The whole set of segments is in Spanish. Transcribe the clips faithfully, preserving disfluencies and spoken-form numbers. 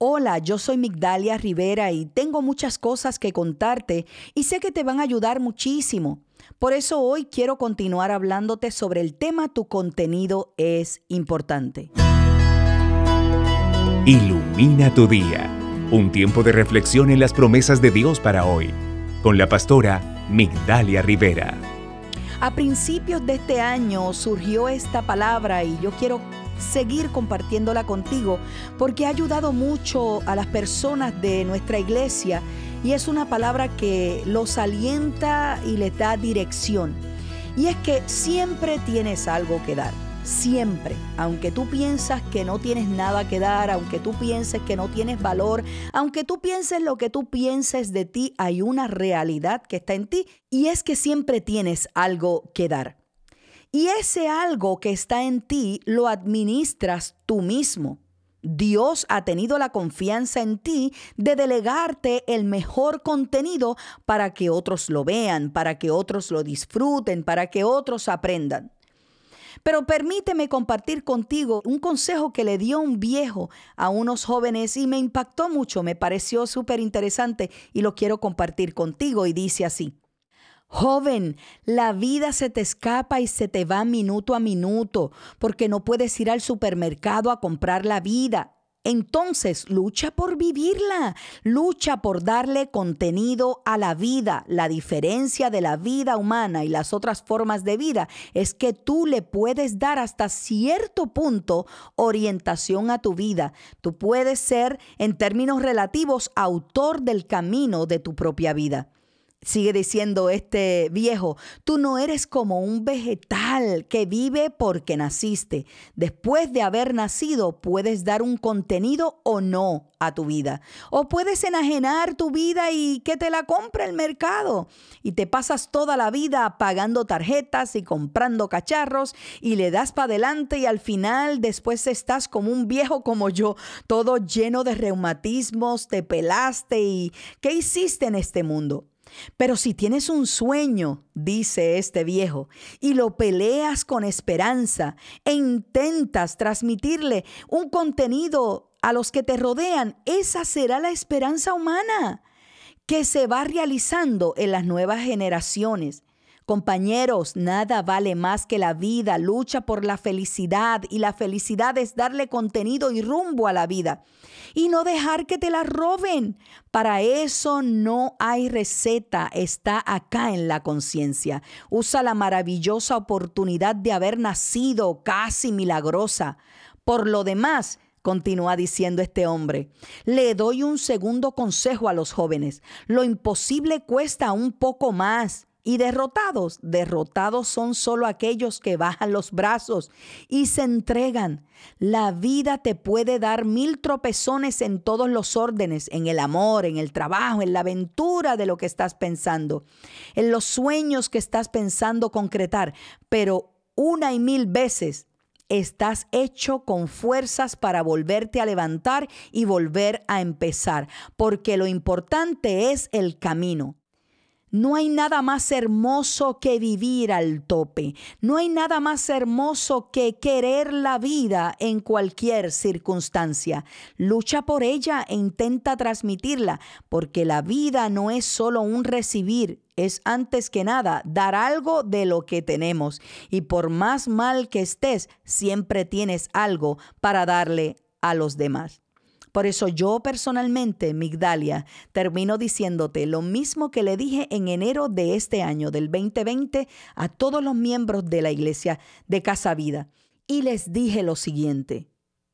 Hola, yo soy Migdalia Rivera y tengo muchas cosas que contarte y sé que te van a ayudar muchísimo. Por eso hoy quiero continuar hablándote sobre el tema Tu contenido es importante. Ilumina tu día. Un tiempo de reflexión en las promesas de Dios para hoy. Con la pastora Migdalia Rivera. A principios de este año surgió esta palabra y yo quiero seguir compartiéndola contigo porque ha ayudado mucho a las personas de nuestra iglesia y es una palabra que los alienta y les da dirección. Y es que siempre tienes algo que dar. Siempre, aunque tú piensas que no tienes nada que dar, aunque tú pienses que no tienes valor, aunque tú pienses lo que tú pienses de ti, hay una realidad que está en ti y es que siempre tienes algo que dar. Y ese algo que está en ti lo administras tú mismo. Dios ha tenido la confianza en ti de delegarte el mejor contenido para que otros lo vean, para que otros lo disfruten, para que otros aprendan. Pero permíteme compartir contigo un consejo que le dio un viejo a unos jóvenes y me impactó mucho, me pareció súper interesante y lo quiero compartir contigo y dice así: joven, la vida se te escapa y se te va minuto a minuto porque no puedes ir al supermercado a comprar la vida. Entonces, lucha por vivirla, lucha por darle contenido a la vida. La diferencia de la vida humana y las otras formas de vida es que tú le puedes dar hasta cierto punto orientación a tu vida. Tú puedes ser, en términos relativos, autor del camino de tu propia vida. Sigue diciendo este viejo, tú no eres como un vegetal que vive porque naciste. Después de haber nacido, puedes dar un contenido o no a tu vida. O puedes enajenar tu vida y que te la compre el mercado. Y te pasas toda la vida pagando tarjetas y comprando cacharros y le das para adelante y al final después estás como un viejo como yo, todo lleno de reumatismos, te pelaste y ¿qué hiciste en este mundo? Pero si tienes un sueño, dice este viejo, y lo peleas con esperanza e intentas transmitirle un contenido a los que te rodean, esa será la esperanza humana que se va realizando en las nuevas generaciones. Compañeros, nada vale más que la vida. Lucha por la felicidad y la felicidad es darle contenido y rumbo a la vida y no dejar que te la roben. Para eso no hay receta, está acá en la conciencia. Usa la maravillosa oportunidad de haber nacido casi milagrosa. Por lo demás, continúa diciendo este hombre, le doy un segundo consejo a los jóvenes. Lo imposible cuesta un poco más. Y derrotados, derrotados son solo aquellos que bajan los brazos y se entregan. La vida te puede dar mil tropezones en todos los órdenes, en el amor, en el trabajo, en la aventura de lo que estás pensando, en los sueños que estás pensando concretar, pero una y mil veces estás hecho con fuerzas para volverte a levantar y volver a empezar, porque lo importante es el camino. No hay nada más hermoso que vivir al tope. No hay nada más hermoso que querer la vida en cualquier circunstancia. Lucha por ella e intenta transmitirla, porque la vida no es solo un recibir, es antes que nada dar algo de lo que tenemos. Y por más mal que estés, siempre tienes algo para darle a los demás. Por eso yo personalmente, Migdalia, termino diciéndote lo mismo que le dije en enero de este año, del veinte veinte, a todos los miembros de la iglesia de Casa Vida. Y les dije lo siguiente: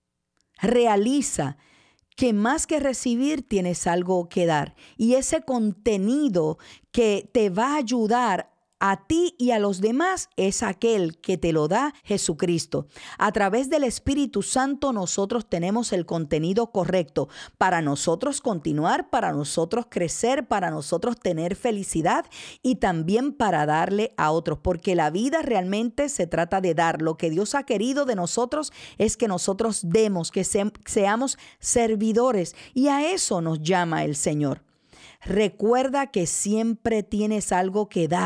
realiza que más que recibir tienes algo que dar. Y ese contenido que te va a ayudar a ti y a los demás es aquel que te lo da Jesucristo. A través del Espíritu Santo nosotros tenemos el contenido correcto para nosotros continuar, para nosotros crecer, para nosotros tener felicidad y también para darle a otros, porque la vida realmente se trata de dar. Lo que Dios ha querido de nosotros es que nosotros demos, que se, seamos servidores, y a eso nos llama el Señor. Recuerda que siempre tienes algo que dar.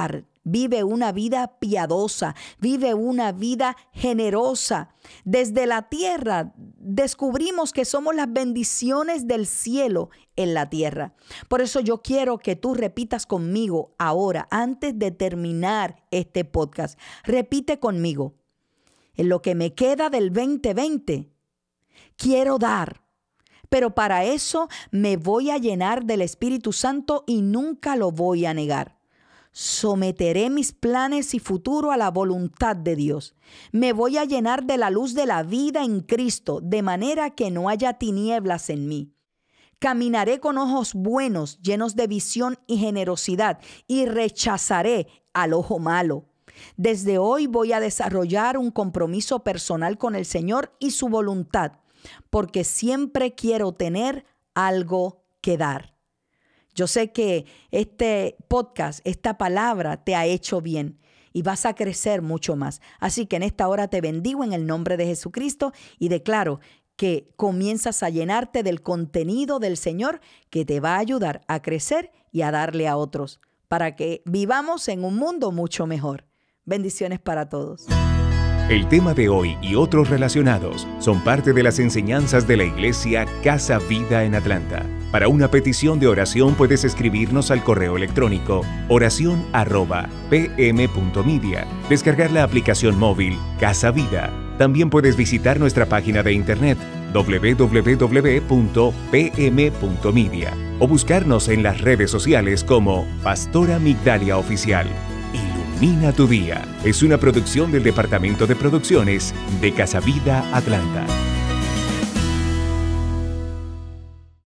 vive una vida piadosa, vive una vida generosa. Desde la tierra descubrimos que somos las bendiciones del cielo en la tierra. Por eso yo quiero que tú repitas conmigo ahora, antes de terminar este podcast. Repite conmigo: en lo que me queda del veinte veinte, quiero dar. Pero para eso me voy a llenar del Espíritu Santo y nunca lo voy a negar. Someteré mis planes y futuro a la voluntad de Dios. Me voy a llenar de la luz de la vida en Cristo, de manera que no haya tinieblas en mí. Caminaré con ojos buenos, llenos de visión y generosidad, y rechazaré al ojo malo. Desde hoy voy a desarrollar un compromiso personal con el Señor y su voluntad, porque siempre quiero tener algo que dar. Yo sé que este podcast, esta palabra te ha hecho bien y vas a crecer mucho más. Así que en esta hora te bendigo en el nombre de Jesucristo y declaro que comienzas a llenarte del contenido del Señor que te va a ayudar a crecer y a darle a otros para que vivamos en un mundo mucho mejor. Bendiciones para todos. El tema de hoy y otros relacionados son parte de las enseñanzas de la Iglesia Casa Vida en Atlanta. Para una petición de oración puedes escribirnos al correo electrónico oración arroba pm punto media, descargar la aplicación móvil Casa Vida. También puedes visitar nuestra página de internet doble u doble u doble u punto p m punto media o buscarnos en las redes sociales como Pastora Migdalia Oficial. Ilumina tu día. Es una producción del Departamento de Producciones de Casa Vida Atlanta.